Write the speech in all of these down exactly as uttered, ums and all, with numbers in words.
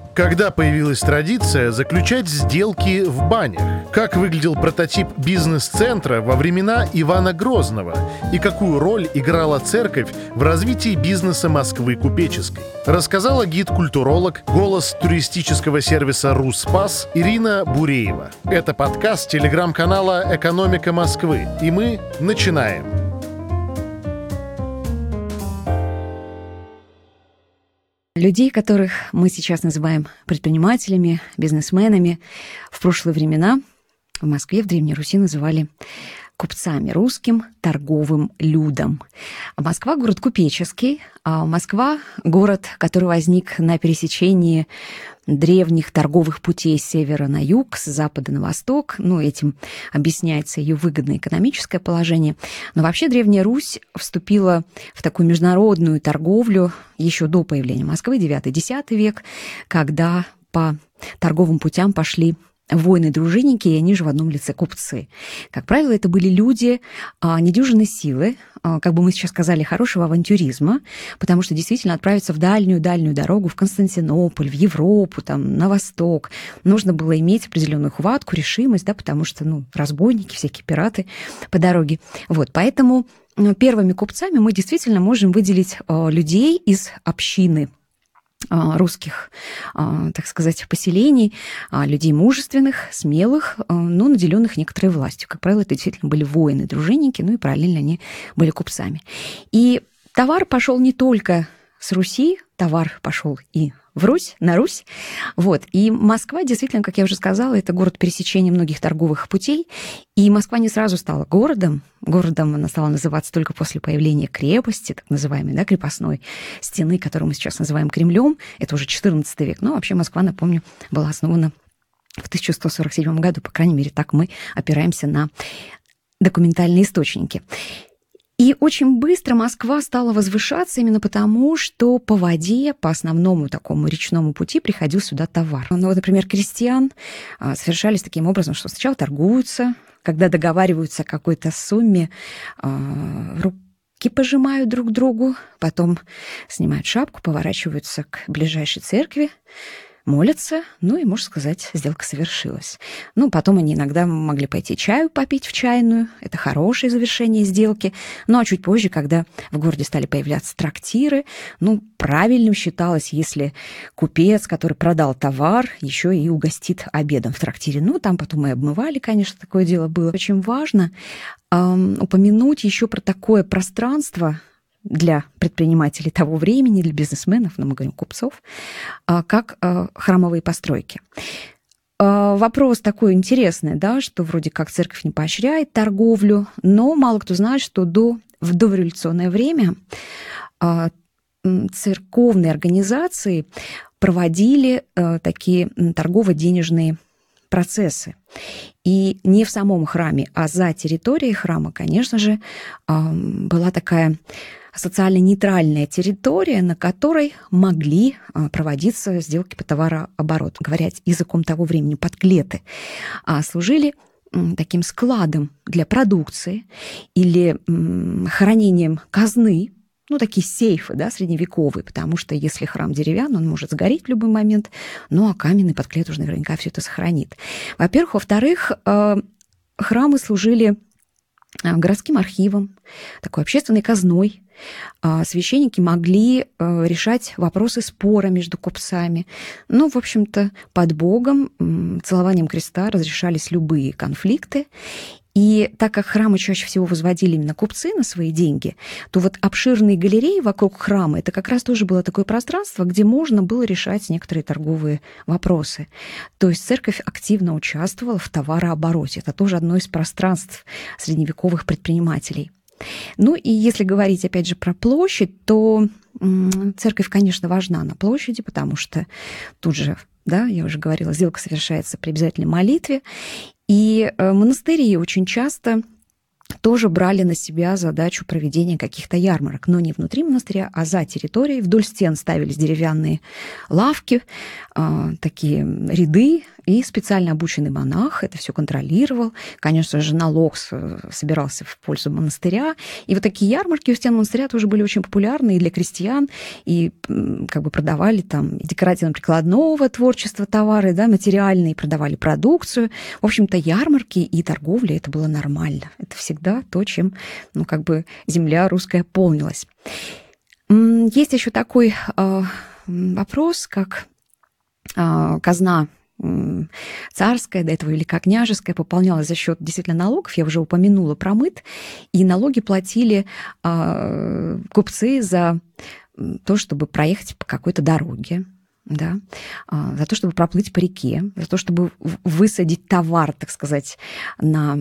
Когда появилась традиция заключать сделки в банях? Как выглядел прототип бизнес-центра во времена Ивана Грозного? И какую роль играла церковь в развитии бизнеса Москвы купеческой? Рассказала гид-культуролог, голос туристического сервиса «Руспас» Ирина Буреева. Это подкаст телеграм-канала «Экономика Москвы». И мы начинаем. Людей, которых мы сейчас называем предпринимателями, бизнесменами, в прошлые времена в Москве, в Древней Руси называли купцами, русским торговым людом. Москва — город купеческий, а Москва — город, который возник на пересечении древних торговых путей с севера на юг, с запада на восток. Ну, этим объясняется ее выгодное экономическое положение. Но вообще Древняя Русь вступила в такую международную торговлю еще до появления Москвы, девятый-десятый век, когда по торговым путям пошли воины-дружинники, и они же в одном лице купцы. Как правило, это были люди а, недюжинной силы, а, как бы мы сейчас сказали, хорошего авантюризма, потому что действительно отправиться в дальнюю-дальнюю дорогу, в Константинополь, в Европу, там, на восток, нужно было иметь определенную хватку, решимость, да, потому что, ну, разбойники, всякие пираты по дороге. Вот, поэтому первыми купцами мы действительно можем выделить а, людей из общины русских, так сказать, поселений, людей мужественных, смелых, но наделенных некоторой властью. Как правило, это действительно были воины, дружинники, ну и параллельно они были купцами. И товар пошел не только с Руси, товар пошел и в Русь, на Русь. Вот. И Москва, действительно, как я уже сказала, это город пересечения многих торговых путей. И Москва не сразу стала городом. Городом она стала называться только после появления крепости, так называемой, да, крепостной стены, которую мы сейчас называем Кремлем. Это уже четырнадцатый век. Но вообще Москва, напомню, была основана в тысяча сто сорок седьмом году. По крайней мере, так мы опираемся на документальные источники. И очень быстро Москва стала возвышаться именно потому, что по воде, по основному такому речному пути приходил сюда товар. Ну, вот, например, крестьян совершались таким образом, что сначала торгуются, когда договариваются о какой-то сумме, руки пожимают друг другу, потом снимают шапку, поворачиваются к ближайшей церкви, молятся, ну и, можно сказать, сделка совершилась. Ну, потом они иногда могли пойти чаю попить в чайную, это хорошее завершение сделки. Ну, а чуть позже, когда в городе стали появляться трактиры, ну, правильным считалось, если купец, который продал товар, еще и угостит обедом в трактире. Ну, там потом и обмывали, конечно, такое дело было. Очень важно э, упомянуть еще про такое пространство для предпринимателей того времени, для бизнесменов, но мы говорим купцов, как храмовые постройки. Вопрос такой интересный, да, что вроде как церковь не поощряет торговлю, но мало кто знает, что до, в дореволюционное время церковные организации проводили такие торгово-денежные процессы. И не в самом храме, а за территорией храма, конечно же, была такая социально нейтральная территория, на которой могли проводиться сделки по товарообороту. Говоря языком того времени, подклеты служили таким складом для продукции или хранением казны, ну, такие сейфы, да, средневековые, потому что если храм деревянный, он может сгореть в любой момент, ну, а каменный подклет уже наверняка все это сохранит. Во-первых. Во-вторых, храмы служили городским архивом, такой общественной казной. Священники могли решать вопросы спора между купцами. Ну, в общем-то, под Богом, целованием креста разрешались любые конфликты. И так как храмы чаще всего возводили именно купцы на свои деньги, то вот обширные галереи вокруг храма — это как раз тоже было такое пространство, где можно было решать некоторые торговые вопросы. То есть церковь активно участвовала в товарообороте. Это тоже одно из пространств средневековых предпринимателей. Ну и если говорить, опять же, про площадь, то церковь, конечно, важна на площади, потому что тут же, да, я уже говорила, сделка совершается при обязательной молитве. И монастыри очень часто тоже брали на себя задачу проведения каких-то ярмарок, но не внутри монастыря, а за территорией. Вдоль стен ставились деревянные лавки, такие ряды и специально обученный монах это все контролировал. Конечно же, налог собирался в пользу монастыря. И вот такие ярмарки у стен монастыря тоже были очень популярны и для крестьян, и как бы продавали там декоративно-прикладного творчества товары, да, материальные, продавали продукцию. В общем-то, ярмарки и торговля — это было нормально. Это всегда то, чем, ну, как бы земля русская полнилась. Есть еще такой э, вопрос, как э, казна царская, до этого великокняжеская, пополнялась за счет действительно налогов. Я уже упомянула про мыт. И налоги платили э, купцы за то, чтобы проехать по какой-то дороге, да, э, за то, чтобы проплыть по реке, за то, чтобы высадить товар, так сказать, на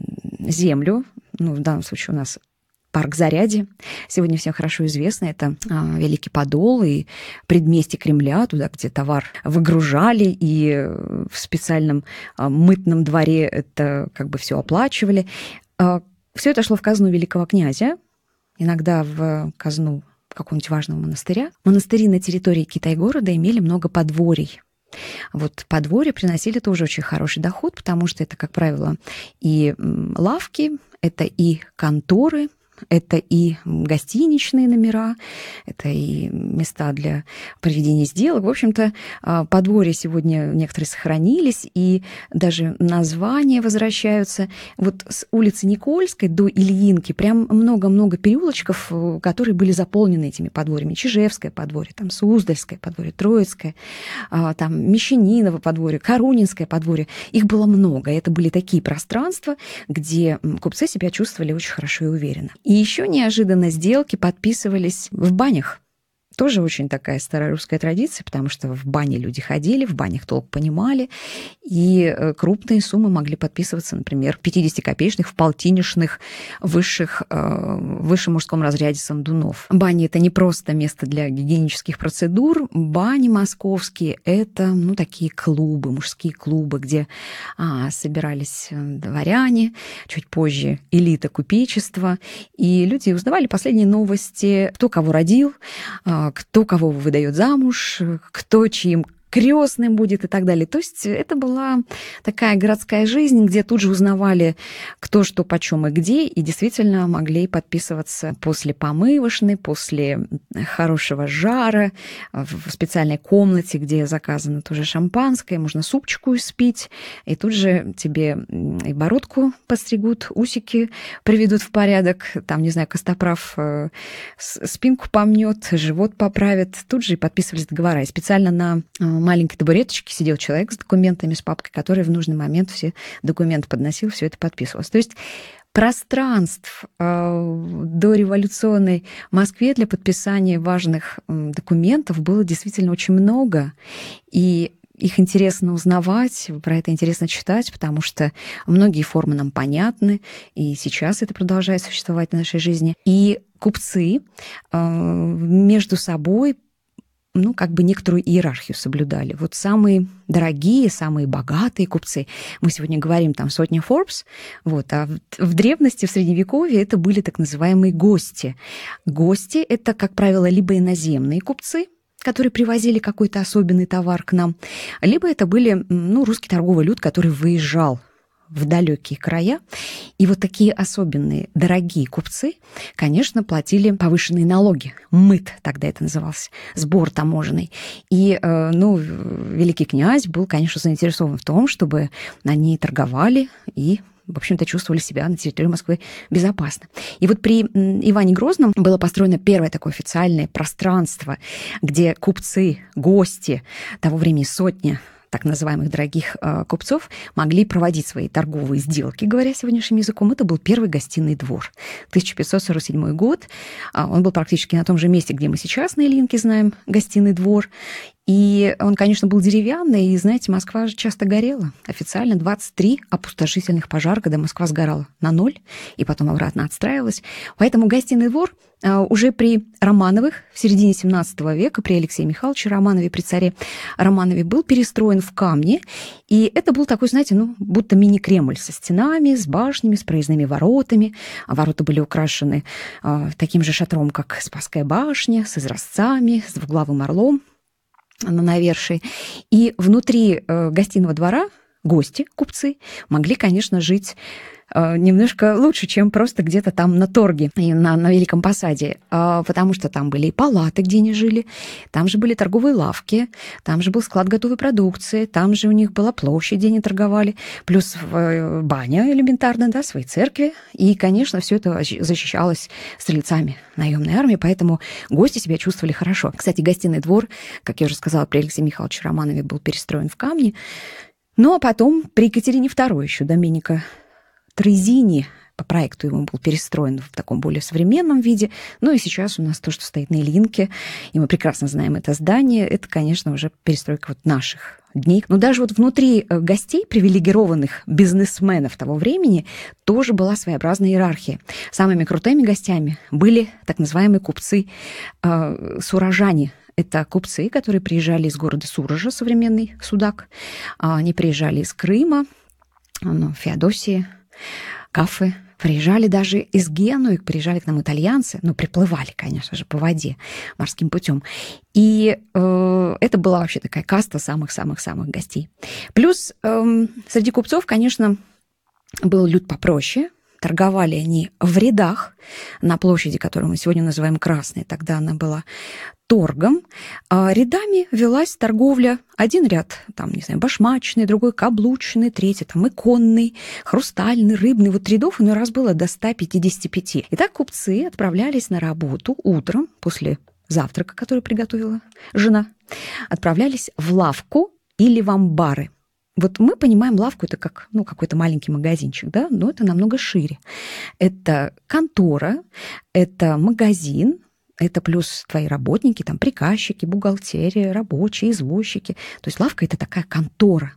землю. Ну, в данном случае у нас парк Зарядье. Сегодня всем хорошо известно. Это а, Великий Подол и предместье Кремля, туда, где товар выгружали, и в специальном а, мытном дворе это как бы все оплачивали. А, все это шло в казну великого князя, иногда в казну какого-нибудь важного монастыря. Монастыри на территории Китай-города имели много подворий. Вот подворья приносили тоже очень хороший доход, потому что это, как правило, и лавки, это и конторы, это и гостиничные номера, это и места для проведения сделок. В общем-то, подворья сегодня некоторые сохранились, и даже названия возвращаются. Вот с улицы Никольской до Ильинки прям много-много переулочков, которые были заполнены этими подворьями. Чижевское подворье, там Суздальское подворье, Троицкое, там Мещаниново подворье, Карунинское подворье. Их было много. Это были такие пространства, где купцы себя чувствовали очень хорошо и уверенно. И еще неожиданно сделки подписывались в банях. Тоже очень такая старая русская традиция, потому что в бане люди ходили, в банях толк понимали, и крупные суммы могли подписываться, например, в пятидесятикопеечных, в полтинничных высших, в высшем мужском разряде сандунов. Бани — это не просто место для гигиенических процедур. Бани московские — это, ну, такие клубы, мужские клубы, где а, собирались дворяне, чуть позже элита купечества, и люди узнавали последние новости, кто кого родил, кто кого выдает замуж, кто чьим крестным будет и так далее. То есть это была такая городская жизнь, где тут же узнавали, кто что, почем и где, и действительно могли подписываться после помывочной, после хорошего жара, в специальной комнате, где заказано тоже шампанское, можно супчику испить, и тут же тебе и бородку постригут, усики приведут в порядок, там, не знаю, костоправ спинку помнет, живот поправит, тут же и подписывались договора. И специально на маленькой табуреточке сидел человек с документами, с папкой, который в нужный момент все документы подносил, все это подписывалось. То есть пространств э, до революционной Москве для подписания важных э, документов было действительно очень много, и их интересно узнавать, про это интересно читать, потому что многие формы нам понятны, и сейчас это продолжает существовать в нашей жизни. И купцы э, между собой, ну, как бы некоторую иерархию соблюдали. Вот самые дорогие, самые богатые купцы, мы сегодня говорим там сотня Forbes, вот, а в, в древности, в Средневековье это были так называемые гости. Гости — это, как правило, либо иноземные купцы, которые привозили какой-то особенный товар к нам, либо это были, ну, русский торговый люд, который выезжал в далекие края. И вот такие особенные, дорогие купцы, конечно, платили повышенные налоги. Мыт тогда это назывался, сбор таможенный. И, ну, великий князь был, конечно, заинтересован в том, чтобы они торговали и, в общем-то, чувствовали себя на территории Москвы безопасно. И вот при Иване Грозном было построено первое такое официальное пространство, где купцы, гости того времени, сотня так называемых дорогих э, купцов, могли проводить свои торговые сделки, говоря сегодняшним языком. Это был первый гостиный двор. тысяча пятьсот сорок седьмой год. Э, он был практически на том же месте, где мы сейчас на Ильинке знаем гостиный двор. И он, конечно, был деревянный, и, знаете, Москва же часто горела. Официально двадцать три опустошительных пожара, когда Москва сгорала на ноль, и потом обратно отстраивалась. Поэтому гостиный двор уже при Романовых в середине семнадцатого века, при Алексее Михайловиче Романове, при царе Романове, был перестроен в камне. И это был такой, знаете, ну, будто мини-Кремль со стенами, с башнями, с проездными воротами. А ворота были украшены э, таким же шатром, как Спасская башня, с изразцами, с двуглавым орлом. на навершии. И внутри э, гостиного двора гости, купцы, могли, конечно, жить э, немножко лучше, чем просто где-то там на торге и на, на Великом Посаде, э, потому что там были и палаты, где они жили, там же были торговые лавки, там же был склад готовой продукции, там же у них была площадь, где они торговали, плюс э, баня элементарно, да, свои церкви, и, конечно, все это защищалось стрельцами наемной армии, поэтому гости себя чувствовали хорошо. Кстати, гостиный двор, как я уже сказала, при Алексее Михайловиче Романове был перестроен в камне. Ну, а потом при Екатерине второй еще Доменико Трезини по проекту ему был перестроен в таком более современном виде. Ну и сейчас у нас то, что стоит на Ильинке, и мы прекрасно знаем это здание, это, конечно, уже перестройка вот наших дней. Но даже вот внутри гостей, привилегированных бизнесменов того времени, тоже была своеобразная иерархия. Самыми крутыми гостями были так называемые купцы, э, сурожане. Это купцы, которые приезжали из города Суража, современный Судак. Они приезжали из Крыма, ну, Феодосии, Кафы. Приезжали даже из Генуи, приезжали к нам итальянцы, ну, приплывали, конечно же, по воде морским путем. И э, это была вообще такая каста самых-самых-самых гостей. Плюс э, среди купцов, конечно, был люд попроще. Торговали они в рядах на площади, которую мы сегодня называем Красной. Тогда она была торгом. А рядами велась торговля. Один ряд, там, не знаю, башмачный, другой каблучный, третий там иконный, хрустальный, рыбный. Вот рядов иной раз было до ста пятидесяти пяти. Итак, купцы отправлялись на работу утром после завтрака, который приготовила жена. Отправлялись в лавку или в амбары. Вот мы понимаем лавку, это как, ну, какой-то маленький магазинчик, да, но это намного шире. Это контора, это магазин, это плюс твои работники, там, приказчики, бухгалтерия, рабочие, извозчики. То есть лавка – это такая контора.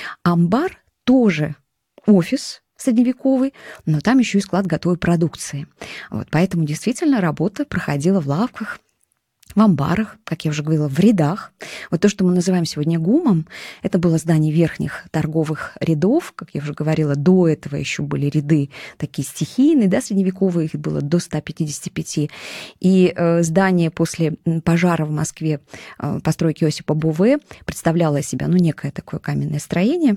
Амбар тоже офис средневековый, но там еще и склад готовой продукции. Вот, поэтому действительно работа проходила в лавках, в амбарах, как я уже говорила, в рядах. Вот то, что мы называем сегодня ГУМом, это было здание верхних торговых рядов. Как я уже говорила, до этого еще были ряды такие стихийные, да, средневековые, их было до ста пятидесяти пяти. И э, здание после пожара в Москве, э, постройки Осипа Бове, представляло из себя, ну, некое такое каменное строение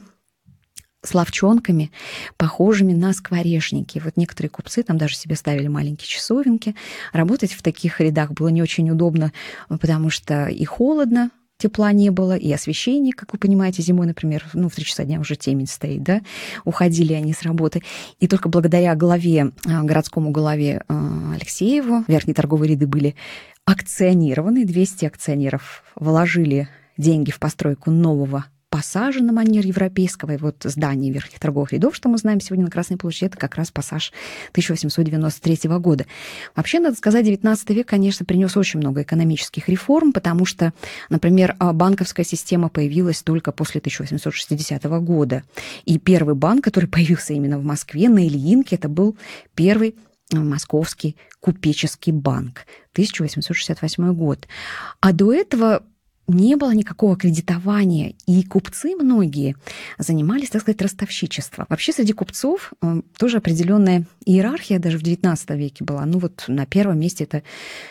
с лавчонками, похожими на скворечники. Вот некоторые купцы там даже себе ставили маленькие часовенки. Работать в таких рядах было не очень удобно, потому что и холодно, тепла не было, и освещение, как вы понимаете, зимой, например, ну, в три часа дня уже темень стоит, да, уходили они с работы. И только благодаря главе, городскому главе Алексееву верхние торговые ряды были акционированы, двести акционеров вложили деньги в постройку нового пассажа на манер европейского, и вот здание верхних торговых рядов, что мы знаем сегодня на Красной площади, это как раз пассаж тысяча восемьсот девяносто третьего года. Вообще, надо сказать, девятнадцатый век, конечно, принес очень много экономических реформ, потому что, например, банковская система появилась только после тысяча восемьсот шестидесятого года. И первый банк, который появился именно в Москве, на Ильинке, это был первый Московский купеческий банк, тысяча восемьсот шестьдесят восьмой год. А до этого не было никакого кредитования, и купцы многие занимались, так сказать, ростовщичеством. Вообще среди купцов тоже определенная иерархия даже в девятнадцатом веке была. Ну вот на первом месте это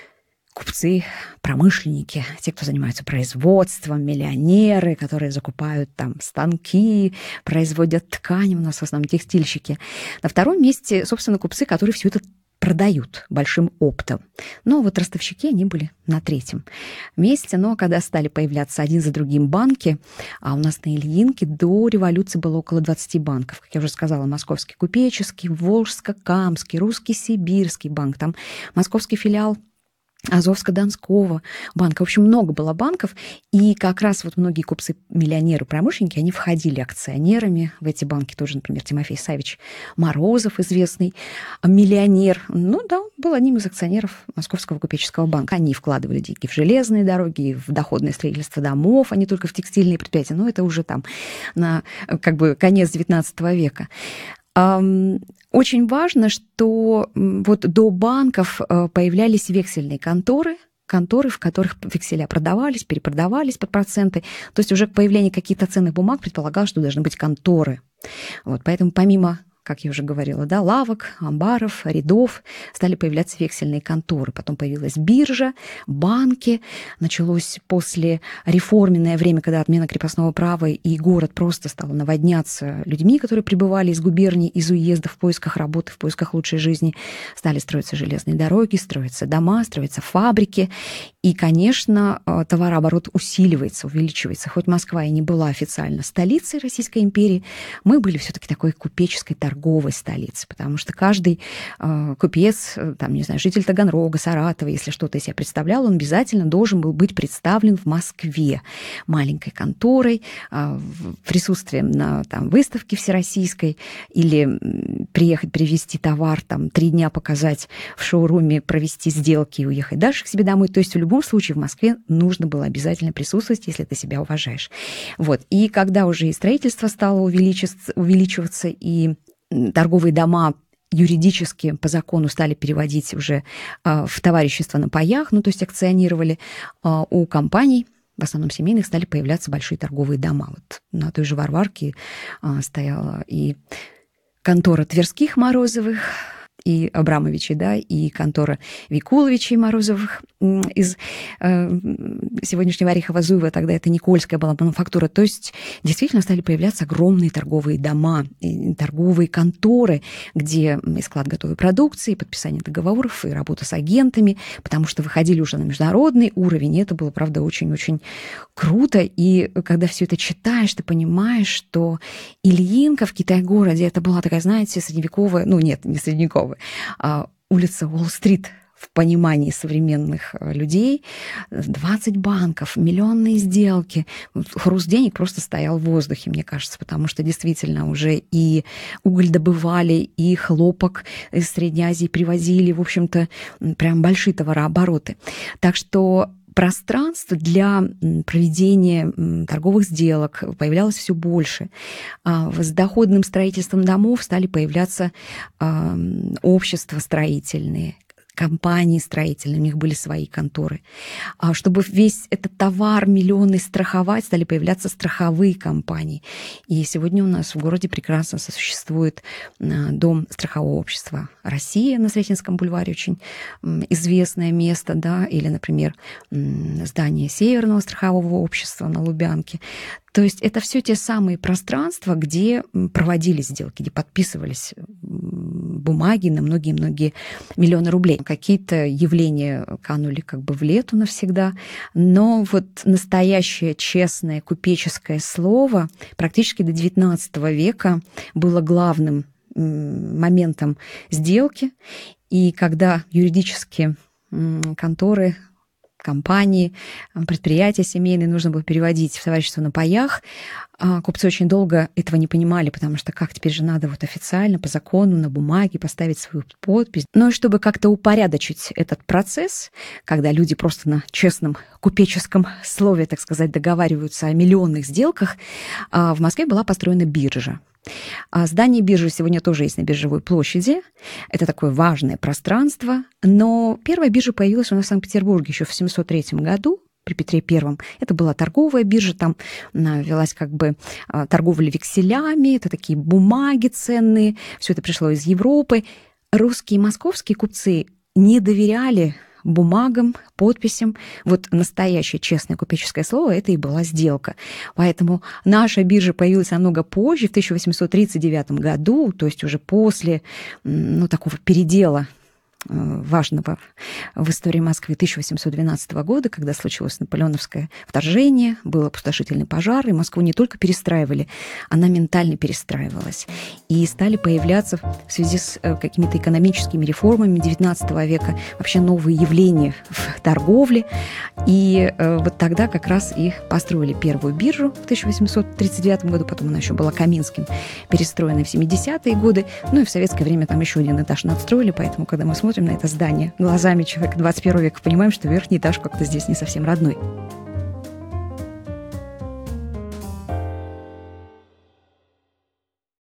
купцы, промышленники, те, кто занимаются производством, миллионеры, которые закупают там станки, производят ткани, у нас в основном текстильщики. На втором месте, собственно, купцы, которые все это продают большим оптом. Но вот ростовщики, они были на третьем месте. Но когда стали появляться один за другим банки, а у нас на Ильинке до революции было около двадцати банков. Как я уже сказала, Московский купеческий, Волжско-Камский, Русский Сибирский банк, там московский филиал Азовско-Донского банка. В общем, много было банков, и как раз вот многие купцы-миллионеры, промышленники, они входили акционерами в эти банки. Тоже, например, Тимофей Савич Морозов, известный миллионер, ну да, он был одним из акционеров Московского купеческого банка. Они вкладывали деньги в железные дороги, в доходное строительство домов, а не только в текстильные предприятия. Но это уже там на как бы конец девятнадцатого века. Очень важно, что вот до банков появлялись вексельные конторы, конторы, в которых векселя продавались, перепродавались под проценты. То есть уже к появлению каких-то ценных бумаг предполагалось, что должны быть конторы. Вот, поэтому помимо как я уже говорила, да, лавок, амбаров, рядов, стали появляться вексельные конторы. Потом появилась биржа, банки. Началось после реформенное время, когда отмена крепостного права, и город просто стал наводняться людьми, которые прибывали из губерний, из уездов в поисках работы, в поисках лучшей жизни. Стали строиться железные дороги, строятся дома, строятся фабрики. И, конечно, товарооборот усиливается, увеличивается. Хоть Москва и не была официально столицей Российской империи, мы были все-таки такой купеческой торговой столицей, потому что каждый э, купец, там, не знаю, житель Таганрога, Саратова, если что-то из себя представлял, он обязательно должен был быть представлен в Москве маленькой конторой, э, присутствием на там, выставке всероссийской, или приехать привезти товар, там, три дня показать в шоуруме, провести сделки и уехать дальше к себе домой. То есть в любом случае в Москве нужно было обязательно присутствовать, если ты себя уважаешь. Вот. И когда уже и строительство стало увеличиваться, увеличиваться и торговые дома юридически по закону стали переводить уже а, в товарищество на паях, ну, то есть акционировали а, у компаний, в основном семейных, стали появляться большие торговые дома. Вот на той же Варварке а, стояла и контора Тверских Морозовых, и Абрамовичей, да, и контора Викуловичей Морозовых из э, сегодняшнего Орехово-Зуева, тогда это Никольская была мануфактура. То есть действительно стали появляться огромные торговые дома, и торговые конторы, где и склад готовой продукции, и подписание договоров, и работа с агентами, потому что выходили уже на международный уровень, и это было, правда, очень-очень круто. И когда все это читаешь, ты понимаешь, что Ильинка в Китай-городе, это была такая, знаете, средневековая, ну нет, не средневековая, а улица Уолл-стрит в понимании современных людей, двадцать банков, миллионные сделки. Хруст денег просто стоял в воздухе, мне кажется, потому что действительно уже и уголь добывали, и хлопок из Средней Азии привозили, в общем-то, прям большие товарообороты. Так что пространство для проведения торговых сделок появлялось все больше. С доходным строительством домов стали появляться общества строительные, компании строительные, у них были свои конторы. А чтобы весь этот товар миллионный страховать, стали появляться страховые компании. И сегодня у нас в городе прекрасно сосуществует дом страхового общества «Россия» на Сретенском бульваре, очень известное место, да, или, например, здание Северного страхового общества на Лубянке. То есть это все те самые пространства, где проводились сделки, где подписывались бумаги на многие-многие миллионы рублей. Какие-то явления канули как бы в лету навсегда, но вот настоящее честное купеческое слово практически до девятнадцатого века было главным моментом сделки. И когда юридические конторы, компании, предприятия семейные нужно было переводить в товарищество на паях. Купцы очень долго этого не понимали, потому что как теперь же надо вот официально, по закону, на бумаге поставить свою подпись. Но и чтобы как-то упорядочить этот процесс, когда люди просто на честном купеческом слове, так сказать, договариваются о миллионных сделках, в Москве была построена биржа. Здание биржи сегодня тоже есть на Биржевой площади. Это такое важное пространство. Но первая биржа появилась у нас в Санкт-Петербурге еще в семьсот третьем году, при Петре Первом. Это была торговая биржа, там велась как бы торговля векселями, это такие бумаги ценные. Все это пришло из Европы. Русские и московские купцы не доверяли бумагам, подписям. Вот настоящее честное купеческое слово — это и была сделка. Поэтому наша биржа появилась намного позже, в тысяча восемьсот тридцать девятом году, то есть уже после, ну, такого передела важного в истории Москвы тысяча восемьсот двенадцатого года, когда случилось наполеоновское вторжение, был опустошительный пожар, и Москву не только перестраивали, она ментально перестраивалась. И стали появляться в связи с какими-то экономическими реформами девятнадцатого века вообще новые явления в торговле. И вот тогда как раз и построили первую биржу в тысяча восемьсот тридцать девятом году, потом она еще была Каминским перестроена в семидесятые годы, ну и в советское время там еще один этаж надстроили, поэтому, когда мы смотрим на это здание глазами человека двадцать первого века, понимаем, что верхний этаж как-то здесь не совсем родной.